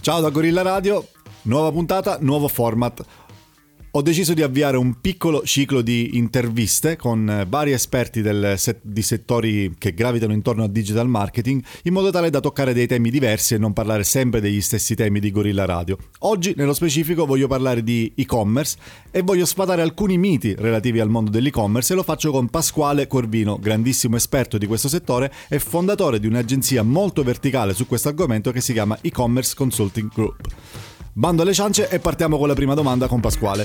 Ciao da Gorilla Radio, nuova puntata, nuovo format. Ho deciso di avviare un piccolo ciclo di interviste con vari esperti di settori che gravitano intorno al digital marketing, in modo tale da toccare dei temi diversi e non parlare sempre degli stessi temi di Gorilla Radio. Oggi, nello specifico, voglio parlare di e-commerce e voglio sfatare alcuni miti relativi al mondo dell'e-commerce, e lo faccio con Pasquale Corvino, grandissimo esperto di questo settore e fondatore di un'agenzia molto verticale su questo argomento che si chiama E-Commerce Consulting Group. Bando alle ciance e partiamo con la prima domanda con Pasquale.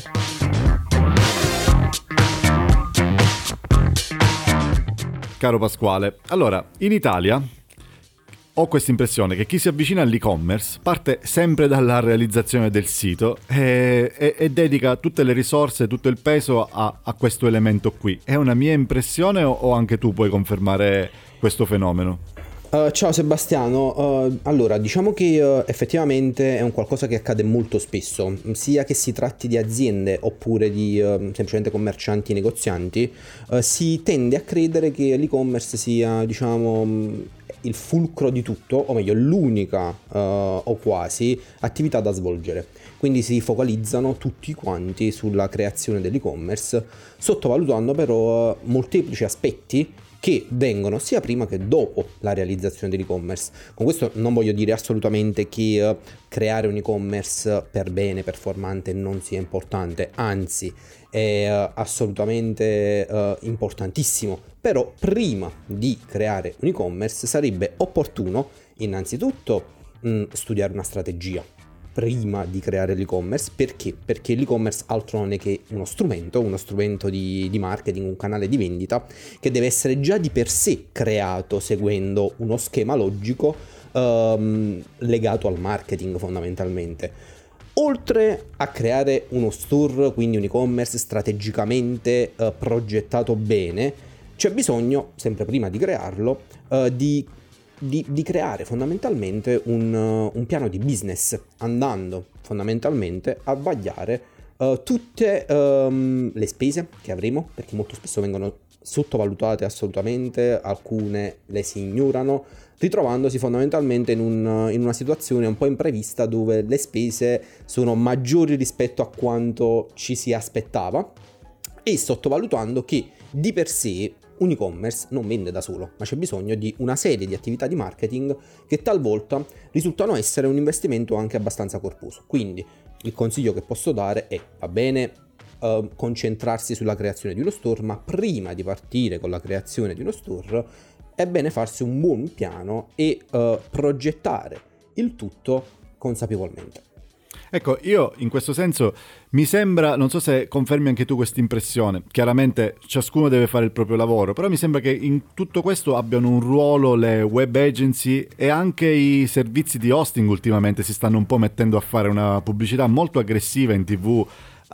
Caro Pasquale, allora, in Italia ho questa impressione che chi si avvicina all'e-commerce parte sempre dalla realizzazione del sito e dedica tutte le risorse, tutto il peso a questo elemento qui. È una mia impressione o anche tu puoi confermare questo fenomeno? Ciao Sebastiano, allora diciamo che effettivamente è un qualcosa che accade molto spesso, sia che si tratti di aziende oppure di semplicemente commercianti e negozianti. Si tende a credere che l'e-commerce sia, diciamo, il fulcro di tutto, o meglio l'unica o quasi attività da svolgere. Quindi si focalizzano tutti quanti sulla creazione dell'e-commerce, sottovalutando però molteplici aspetti che vengono sia prima che dopo la realizzazione dell'e-commerce. Con questo non voglio dire assolutamente che creare un e-commerce per bene, performante, non sia importante, anzi è assolutamente importantissimo. Però prima di creare un e-commerce sarebbe opportuno innanzitutto studiare una strategia prima di creare l'e-commerce. Perché? Perché l'e-commerce altro non è che uno strumento di marketing, un canale di vendita che deve essere già di per sé creato seguendo uno schema logico legato al marketing fondamentalmente. Oltre a creare uno store, quindi un e-commerce strategicamente progettato bene, c'è bisogno, sempre prima di crearlo, di creare fondamentalmente un piano di business, andando fondamentalmente a vagliare tutte le spese che avremo, perché molto spesso vengono sottovalutate assolutamente, alcune le si ignorano, ritrovandosi fondamentalmente in una situazione un po' imprevista dove le spese sono maggiori rispetto a quanto ci si aspettava, e sottovalutando che di per sé un e-commerce non vende da solo, ma c'è bisogno di una serie di attività di marketing che talvolta risultano essere un investimento anche abbastanza corposo. Quindi il consiglio che posso dare è: va bene concentrarsi sulla creazione di uno store, ma prima di partire con la creazione di uno store è bene farsi un buon piano e progettare il tutto consapevolmente. Ecco, io in questo senso mi sembra, non so se confermi anche tu questa impressione, chiaramente ciascuno deve fare il proprio lavoro, però mi sembra che in tutto questo abbiano un ruolo le web agency e anche i servizi di hosting. Ultimamente si stanno un po' mettendo a fare una pubblicità molto aggressiva in TV.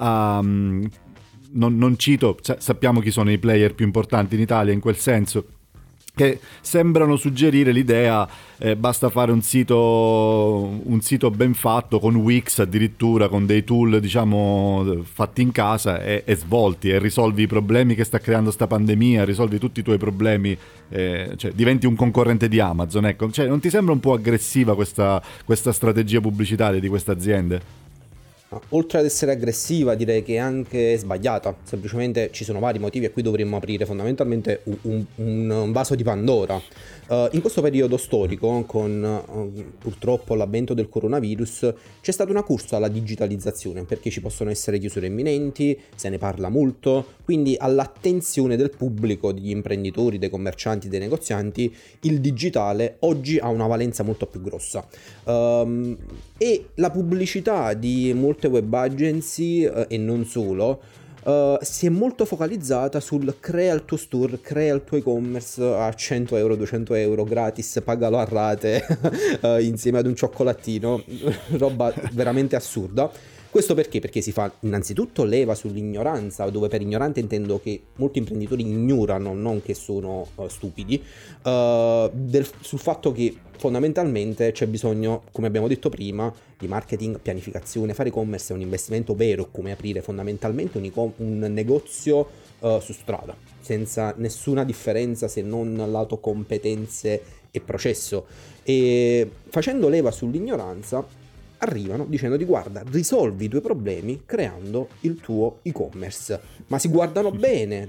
Non cito, sappiamo chi sono i player più importanti in Italia in quel senso, che sembrano suggerire l'idea basta fare un sito ben fatto con Wix, addirittura con dei tool diciamo fatti in casa e svolti, e risolvi i problemi che sta creando sta pandemia, risolvi tutti i tuoi problemi, cioè diventi un concorrente di Amazon, ecco. Cioè, non ti sembra un po' aggressiva questa strategia pubblicitaria di queste aziende? Oltre ad essere aggressiva, direi che è anche sbagliata. Semplicemente ci sono vari motivi a cui dovremmo aprire fondamentalmente un vaso di Pandora. In questo periodo storico, con purtroppo l'avvento del coronavirus, c'è stata una corsa alla digitalizzazione, perché ci possono essere chiusure imminenti, se ne parla molto, quindi all'attenzione del pubblico, degli imprenditori, dei commercianti, dei negozianti, il digitale oggi ha una valenza molto più grossa. E la pubblicità di molte web agency e non solo si è molto focalizzata sul crea il tuo store, crea il tuo e-commerce a 100 euro, 200 euro gratis, pagalo a rate insieme ad un cioccolatino, roba veramente assurda. Questo perché? Perché si fa innanzitutto leva sull'ignoranza, dove per ignorante intendo che molti imprenditori ignorano, non che sono stupidi, sul fatto che fondamentalmente c'è bisogno, come abbiamo detto prima, di marketing, pianificazione. Fare e-commerce è un investimento vero, come aprire fondamentalmente un negozio su strada, senza nessuna differenza se non lato competenze e processo. E facendo leva sull'ignoranza arrivano dicendo guarda, risolvi i tuoi problemi creando il tuo e-commerce, ma si guardano bene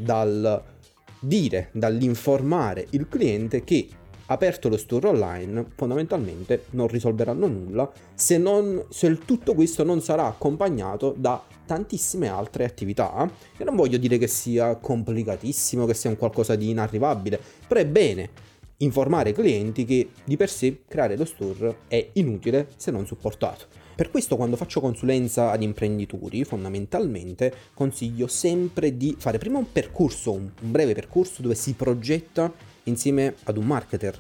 dall'informare il cliente che aperto lo store online fondamentalmente non risolveranno nulla se tutto questo non sarà accompagnato da tantissime altre attività. E non voglio dire che sia complicatissimo, che sia un qualcosa di inarrivabile, però è bene informare i clienti che di per sé creare lo store è inutile se non supportato. Per questo quando faccio consulenza ad imprenditori fondamentalmente consiglio sempre di fare prima un breve percorso dove si progetta insieme ad un marketer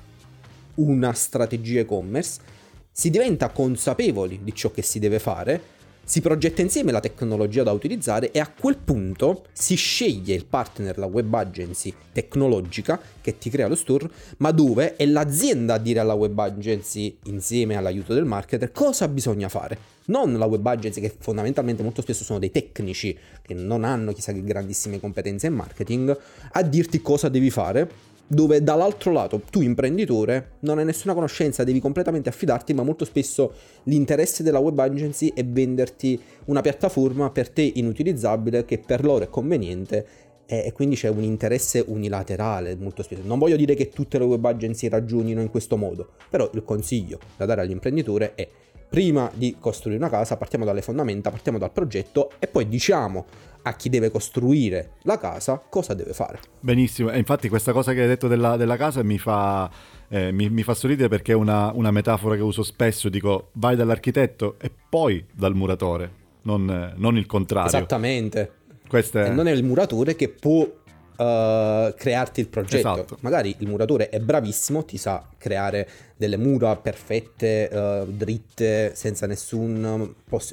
una strategia e-commerce, si diventa consapevoli di ciò che si deve fare, si progetta insieme la tecnologia da utilizzare e a quel punto si sceglie il partner, la web agency tecnologica che ti crea lo store, ma dove è l'azienda a dire alla web agency insieme all'aiuto del marketer cosa bisogna fare. Non la web agency, che fondamentalmente molto spesso sono dei tecnici che non hanno chissà che grandissime competenze in marketing, a dirti cosa devi fare, dove dall'altro lato tu imprenditore non hai nessuna conoscenza, devi completamente affidarti, ma molto spesso l'interesse della web agency è venderti una piattaforma per te inutilizzabile che per loro è conveniente e quindi c'è un interesse unilaterale molto spesso. Non voglio dire che tutte le web agency ragionino in questo modo, però il consiglio da dare all'imprenditore è: prima di costruire una casa partiamo dalle fondamenta, partiamo dal progetto e poi diciamo a chi deve costruire la casa cosa deve fare. Benissimo, e infatti questa cosa che hai detto della casa mi fa sorridere, perché è una metafora che uso spesso. Dico, vai dall'architetto e poi dal muratore, non il contrario. Esattamente. E non è il muratore che può crearti il progetto. Esatto. Magari il muratore è bravissimo, ti sa creare delle mura perfette, dritte, senza nessuna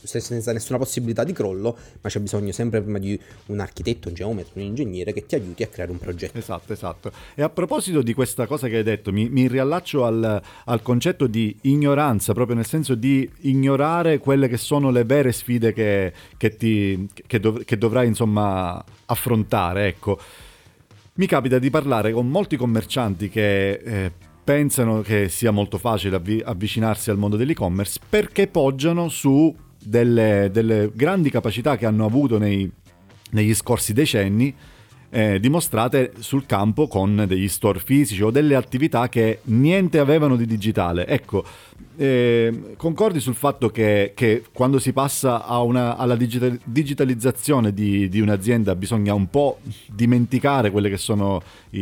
possibilità di crollo, ma c'è bisogno sempre prima di un architetto, un geometra, un ingegnere che ti aiuti a creare un progetto. Esatto. E a proposito di questa cosa che hai detto, mi riallaccio al concetto di ignoranza, proprio nel senso di ignorare quelle che sono le vere sfide che dovrai insomma affrontare, ecco. Mi capita di parlare con molti commercianti che pensano che sia molto facile avvicinarsi al mondo dell'e-commerce perché poggiano su delle grandi capacità che hanno avuto negli scorsi decenni, dimostrate sul campo con degli store fisici o delle attività che niente avevano di digitale. Ecco, concordi sul fatto che quando si passa alla digitalizzazione di un'azienda bisogna un po' dimenticare quelli che sono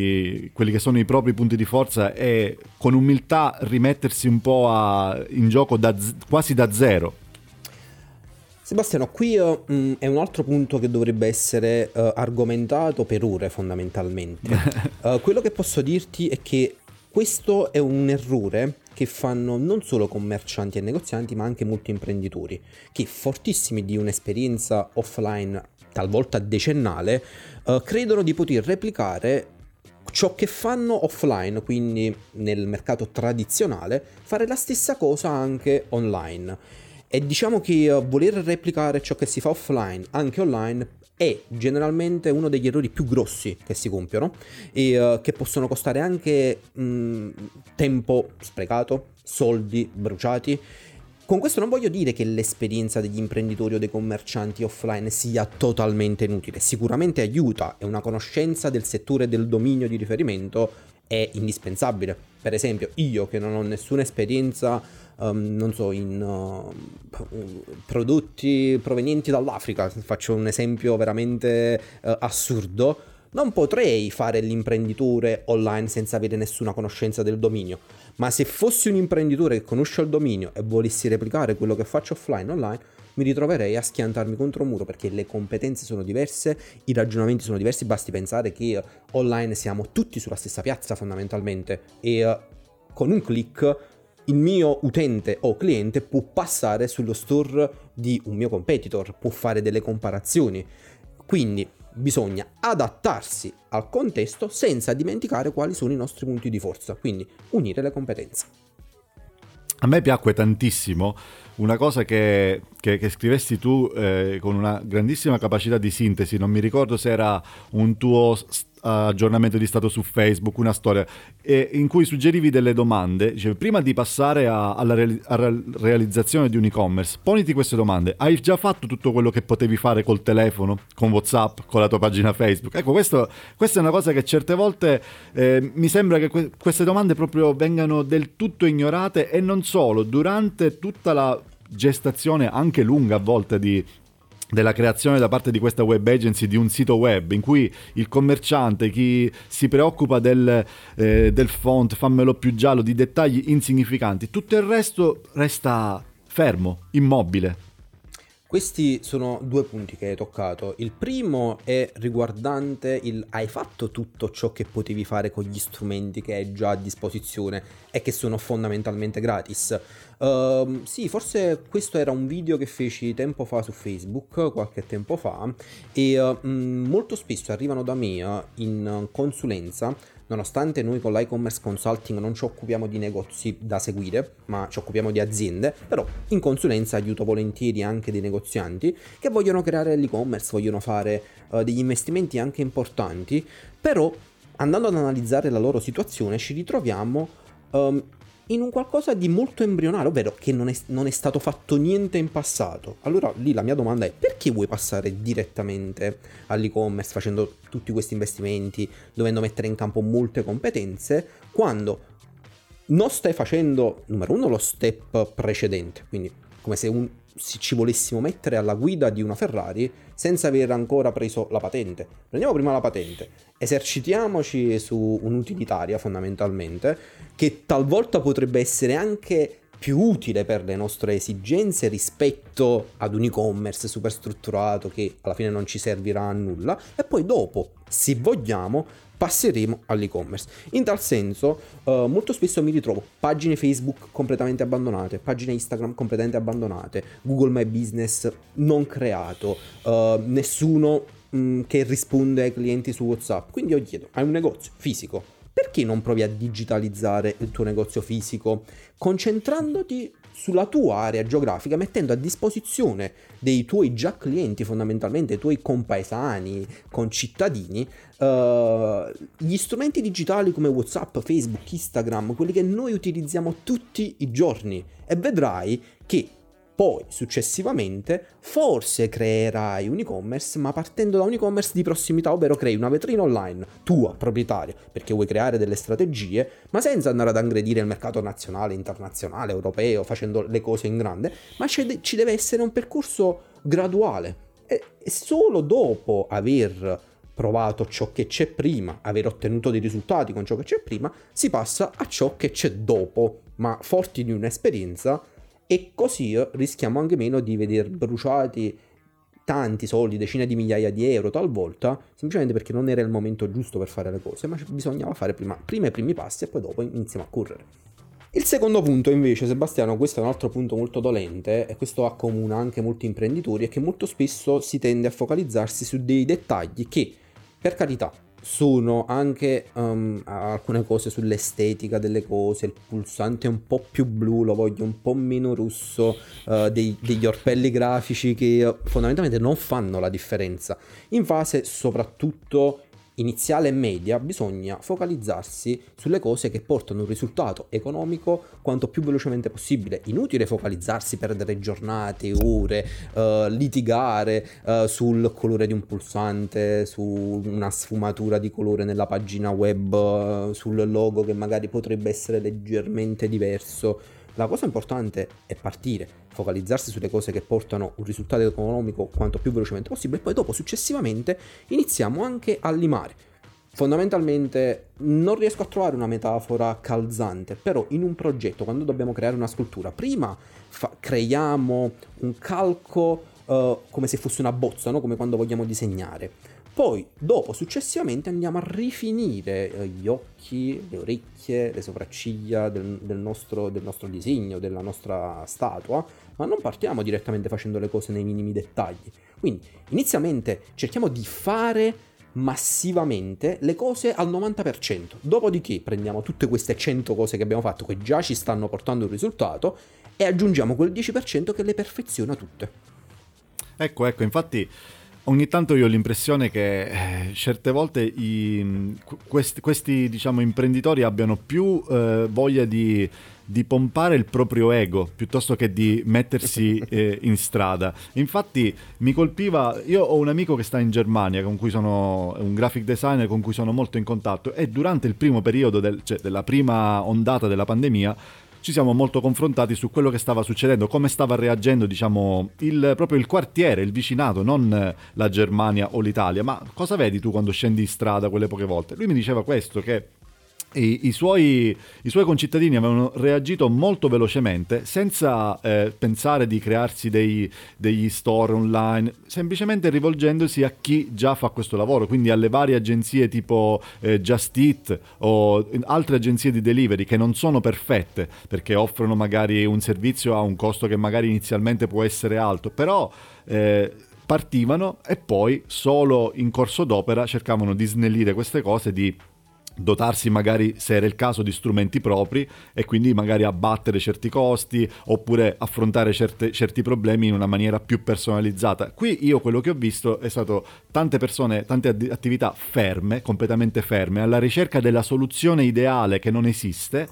i propri punti di forza e con umiltà rimettersi un po' in gioco quasi da zero? Sebastiano, qui è un altro punto che dovrebbe essere argomentato per ore fondamentalmente. Quello che posso dirti è che questo è un errore che fanno non solo commercianti e negozianti, ma anche molti imprenditori, che fortissimi di un'esperienza offline, talvolta decennale, credono di poter replicare ciò che fanno offline, quindi nel mercato tradizionale, fare la stessa cosa anche online. E diciamo che voler replicare ciò che si fa offline anche online è generalmente uno degli errori più grossi che si compiono e che possono costare anche tempo sprecato, soldi bruciati. Con questo non voglio dire che l'esperienza degli imprenditori o dei commercianti offline sia totalmente inutile, sicuramente aiuta e una conoscenza del settore del dominio di riferimento è indispensabile. Per esempio, io che non ho nessuna esperienza non so, in prodotti provenienti dall'Africa, faccio un esempio veramente assurdo, non potrei fare l'imprenditore online senza avere nessuna conoscenza del dominio, ma se fossi un imprenditore che conosce il dominio e volessi replicare quello che faccio offline online, mi ritroverei a schiantarmi contro un muro, perché le competenze sono diverse, i ragionamenti sono diversi. Basti pensare che online siamo tutti sulla stessa piazza fondamentalmente e con un click il mio utente o cliente può passare sullo store di un mio competitor, può fare delle comparazioni. Quindi bisogna adattarsi al contesto senza dimenticare quali sono i nostri punti di forza, quindi unire le competenze. A me piacque tantissimo una cosa che scrivesti tu con una grandissima capacità di sintesi. Non mi ricordo se era un tuo aggiornamento di stato su Facebook, una storia in cui suggerivi delle domande. Dicevi, prima di passare alla realizzazione di un e-commerce, poniti queste domande. Hai già fatto tutto quello che potevi fare col telefono, con WhatsApp, con la tua pagina Facebook? Ecco, questa è una cosa che certe volte mi sembra che queste domande proprio vengano del tutto ignorate, e non solo, durante tutta la gestazione, anche lunga a volte, della creazione da parte di questa web agency di un sito web, in cui il commerciante, chi si preoccupa del font, fammelo più giallo, di dettagli insignificanti, tutto il resto resta fermo, immobile. Questi sono due punti che hai toccato. Il primo è riguardante hai fatto tutto ciò che potevi fare con gli strumenti che hai già a disposizione e che sono fondamentalmente gratis. Sì, forse questo era un video che feci tempo fa su Facebook, qualche tempo fa, e molto spesso arrivano da me in consulenza. Nonostante noi con l'e-commerce consulting non ci occupiamo di negozi da seguire, ma ci occupiamo di aziende, però in consulenza aiuto volentieri anche dei negozianti che vogliono creare l'e-commerce, vogliono fare degli investimenti anche importanti, però andando ad analizzare la loro situazione ci ritroviamo in un qualcosa di molto embrionale, ovvero che non è stato fatto niente in passato. Allora lì la mia domanda è: perché vuoi passare direttamente all'e-commerce facendo tutti questi investimenti, dovendo mettere in campo molte competenze, quando non stai facendo, numero uno, lo step precedente, quindi come se ci volessimo mettere alla guida di una Ferrari senza aver ancora preso la patente. Prendiamo prima la patente, esercitiamoci su un'utilitaria fondamentalmente, che talvolta potrebbe essere anche più utile per le nostre esigenze rispetto ad un e-commerce super strutturato che alla fine non ci servirà a nulla, e poi dopo, se vogliamo, passeremo all'e-commerce. In tal senso molto spesso mi ritrovo pagine Facebook completamente abbandonate, pagine Instagram completamente abbandonate, Google My Business non creato, nessuno che risponde ai clienti su WhatsApp. Quindi io chiedo: hai un negozio fisico, perché non provi a digitalizzare il tuo negozio fisico concentrandoti sulla tua area geografica, mettendo a disposizione dei tuoi già clienti, fondamentalmente i tuoi compaesani, concittadini, gli strumenti digitali come WhatsApp, Facebook, Instagram, quelli che noi utilizziamo tutti i giorni, e vedrai che poi successivamente forse creerai un e-commerce, ma partendo da un e-commerce di prossimità, ovvero crei una vetrina online tua, proprietaria, perché vuoi creare delle strategie, ma senza andare ad aggredire il mercato nazionale, internazionale, europeo, facendo le cose in grande, ma ci deve essere un percorso graduale, e solo dopo aver provato ciò che c'è prima, aver ottenuto dei risultati con ciò che c'è prima, si passa a ciò che c'è dopo, ma forti di un'esperienza. E così rischiamo anche meno di veder bruciati tanti soldi, decine di migliaia di euro talvolta, semplicemente perché non era il momento giusto per fare le cose, ma bisognava fare prima i primi passi e poi dopo iniziamo a correre. Il secondo punto invece, Sebastiano, questo è un altro punto molto dolente, e questo accomuna anche molti imprenditori, è che molto spesso si tende a focalizzarsi su dei dettagli che, per carità, sono anche alcune cose sull'estetica delle cose, il pulsante un po' più blu lo voglio un po' meno rosso, degli orpelli grafici che fondamentalmente non fanno la differenza. In fase soprattutto iniziale e media bisogna focalizzarsi sulle cose che portano un risultato economico quanto più velocemente possibile. Inutile focalizzarsi, perdere giornate, ore, litigare sul colore di un pulsante, su una sfumatura di colore nella pagina web, sul logo che magari potrebbe essere leggermente diverso. La cosa importante è partire, focalizzarsi sulle cose che portano un risultato economico quanto più velocemente possibile, e poi dopo successivamente iniziamo anche a limare. Fondamentalmente non riesco a trovare una metafora calzante, però in un progetto, quando dobbiamo creare una scultura, prima creiamo un calco come se fosse una bozza, no? Come quando vogliamo disegnare. Poi, dopo, successivamente andiamo a rifinire gli occhi, le orecchie, le sopracciglia del nostro disegno, della nostra statua, ma non partiamo direttamente facendo le cose nei minimi dettagli. Quindi, inizialmente cerchiamo di fare massivamente le cose al 90%, dopodiché prendiamo tutte queste 100 cose che abbiamo fatto, che già ci stanno portando un risultato, e aggiungiamo quel 10% che le perfeziona tutte. Ecco, infatti Ogni tanto io ho l'impressione che certe volte questi diciamo, imprenditori abbiano più voglia di pompare il proprio ego piuttosto che di mettersi in strada. Infatti mi colpiva, io ho un amico che sta in Germania, con cui sono un graphic designer con cui sono molto in contatto, e durante il primo periodo della prima ondata della pandemia ci siamo molto confrontati su quello che stava succedendo, come stava reagendo, diciamo, proprio il quartiere, il vicinato, non la Germania o l'Italia. Ma cosa vedi tu quando scendi in strada quelle poche volte? Lui mi diceva questo, che i suoi concittadini avevano reagito molto velocemente, senza pensare di crearsi degli store online, semplicemente rivolgendosi a chi già fa questo lavoro, quindi alle varie agenzie tipo Just Eat o altre agenzie di delivery che non sono perfette, perché offrono magari un servizio a un costo che magari inizialmente può essere alto, però partivano e poi solo in corso d'opera cercavano di snellire queste cose, di dotarsi magari, se era il caso, di strumenti propri e quindi magari abbattere certi costi oppure affrontare certi problemi in una maniera più personalizzata. Qui io quello che ho visto è stato tante persone, tante attività ferme, completamente ferme, alla ricerca della soluzione ideale che non esiste.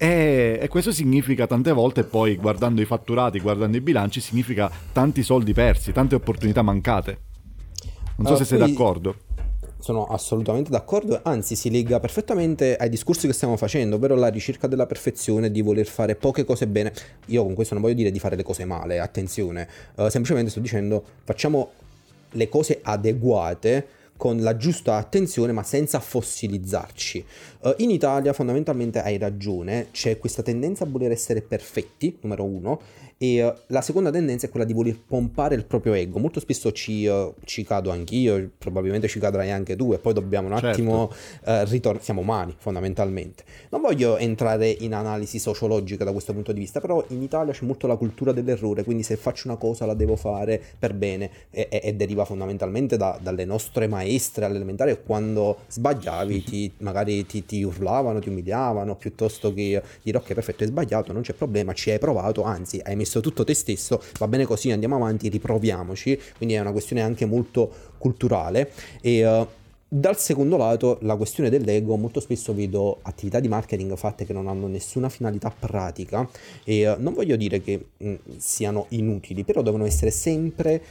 E questo significa tante volte, poi guardando i fatturati, guardando i bilanci, significa tanti soldi persi, tante opportunità mancate. Non so se sei d'accordo. Sono assolutamente d'accordo, anzi si lega perfettamente ai discorsi che stiamo facendo, ovvero la ricerca della perfezione, di voler fare poche cose bene. Io con questo non voglio dire di fare le cose male, attenzione, semplicemente sto dicendo facciamo le cose adeguate, con la giusta attenzione ma senza fossilizzarci. In Italia fondamentalmente hai ragione, c'è questa tendenza a voler essere perfetti, numero uno, e la seconda tendenza è quella di voler pompare il proprio ego. Molto spesso ci cado anch'io, probabilmente ci cadrai anche tu, e poi dobbiamo un attimo ritornare, siamo umani fondamentalmente. Non voglio entrare in analisi sociologica da questo punto di vista, però in Italia c'è molto la cultura dell'errore, quindi se faccio una cosa la devo fare per bene, e deriva fondamentalmente dalle nostre maestre all'elementare, quando sbagliavi magari ti urlavano, ti umiliavano, piuttosto che dire ok, perfetto, hai sbagliato, non c'è problema, ci hai provato, anzi hai messo tutto te stesso, va bene così, andiamo avanti, riproviamoci. Quindi è una questione anche molto culturale. E dal secondo lato, la questione dell'ego, molto spesso vedo attività di marketing fatte che non hanno nessuna finalità pratica, e non voglio dire che siano inutili, però devono essere sempre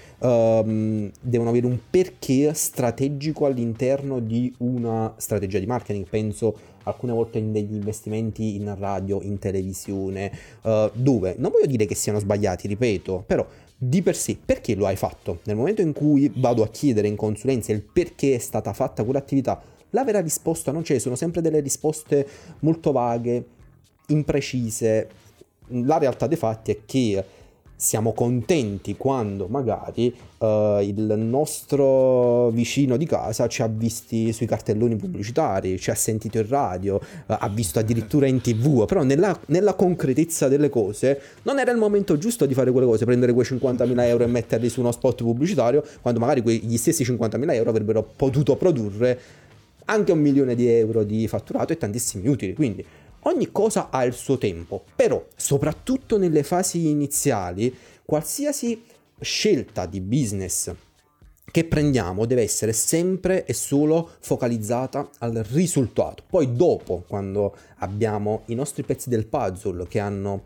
devono avere un perché strategico all'interno di una strategia di marketing. Penso alcune volte in degli investimenti in radio, in televisione, dove non voglio dire che siano sbagliati, ripeto, però di per sé, perché lo hai fatto? Nel momento in cui vado a chiedere in consulenza il perché è stata fatta quell'attività, la vera risposta non c'è, sono sempre delle risposte molto vaghe, imprecise. La realtà dei fatti è che siamo contenti quando magari il nostro vicino di casa ci ha visti sui cartelloni pubblicitari, ci ha sentito in radio, ha visto addirittura in TV, però nella concretezza delle cose non era il momento giusto di fare quelle cose, prendere quei 50.000 euro e metterli su uno spot pubblicitario, quando magari gli stessi 50.000 euro avrebbero potuto produrre anche 1 milione di euro di fatturato e tantissimi utili. Quindi ogni cosa ha il suo tempo, però soprattutto nelle fasi iniziali qualsiasi scelta di business che prendiamo deve essere sempre e solo focalizzata al risultato. Poi dopo, quando abbiamo i nostri pezzi del puzzle che hanno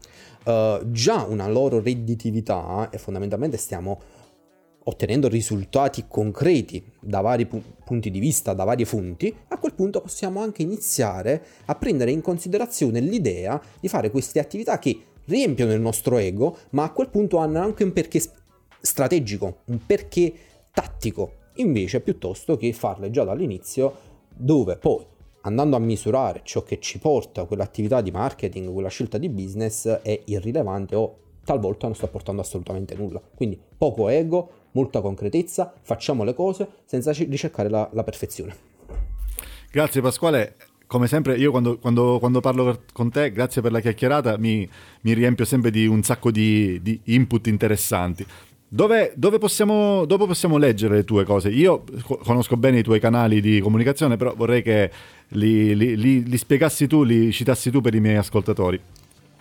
già una loro redditività e fondamentalmente stiamo ottenendo risultati concreti da vari punti di vista, da varie fonti, a quel punto possiamo anche iniziare a prendere in considerazione l'idea di fare queste attività che riempiono il nostro ego, ma a quel punto hanno anche un perché strategico, un perché tattico, invece piuttosto che farle già dall'inizio, dove poi, andando a misurare ciò che ci porta quell'attività di marketing, quella scelta di business, è irrilevante o talvolta non sta portando assolutamente nulla. Quindi poco ego, molta concretezza, facciamo le cose senza ricercare la perfezione. Grazie Pasquale, come sempre io quando parlo con te, grazie per la chiacchierata, mi riempio sempre di un sacco di input interessanti. Dove possiamo leggere le tue cose? Io conosco bene i tuoi canali di comunicazione, però vorrei che li spiegassi tu, li citassi tu per i miei ascoltatori.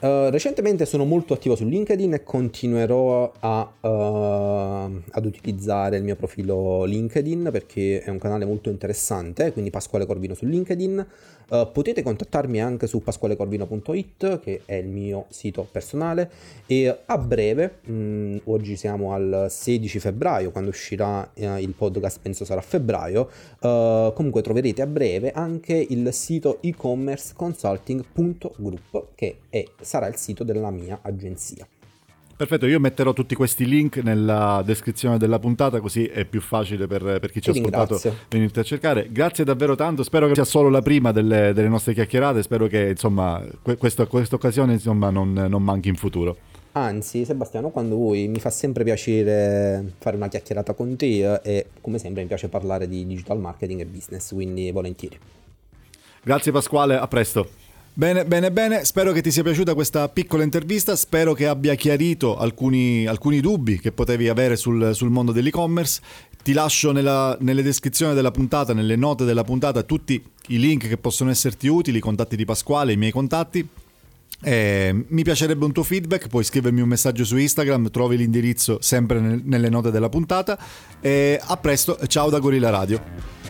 Recentemente sono molto attivo su LinkedIn e continuerò ad utilizzare il mio profilo LinkedIn perché è un canale molto interessante, quindi Pasquale Corvino su LinkedIn. Potete contattarmi anche su pasqualecorvino.it, che è il mio sito personale, e a breve, oggi siamo al 16 febbraio, quando uscirà il podcast penso sarà a febbraio, comunque troverete a breve anche il sito e-commerceconsulting.group, che sarà il sito della mia agenzia. Perfetto, io metterò tutti questi link nella descrizione della puntata, così è più facile per chi ci ha ascoltato venirti a cercare. Grazie davvero tanto, spero che sia solo la prima delle nostre chiacchierate, spero che insomma questa occasione insomma non manchi in futuro. Anzi, Sebastiano, quando vuoi, mi fa sempre piacere fare una chiacchierata con te e come sempre mi piace parlare di digital marketing e business, quindi volentieri. Grazie Pasquale, a presto. Bene, spero che ti sia piaciuta questa piccola intervista, spero che abbia chiarito alcuni dubbi che potevi avere sul mondo dell'e-commerce. Ti lascio nelle descrizioni della puntata, nelle note della puntata, tutti i link che possono esserti utili, i contatti di Pasquale, i miei contatti. Mi piacerebbe un tuo feedback, puoi scrivermi un messaggio su Instagram, trovi l'indirizzo sempre nelle note della puntata. A presto, ciao da Gorilla Radio.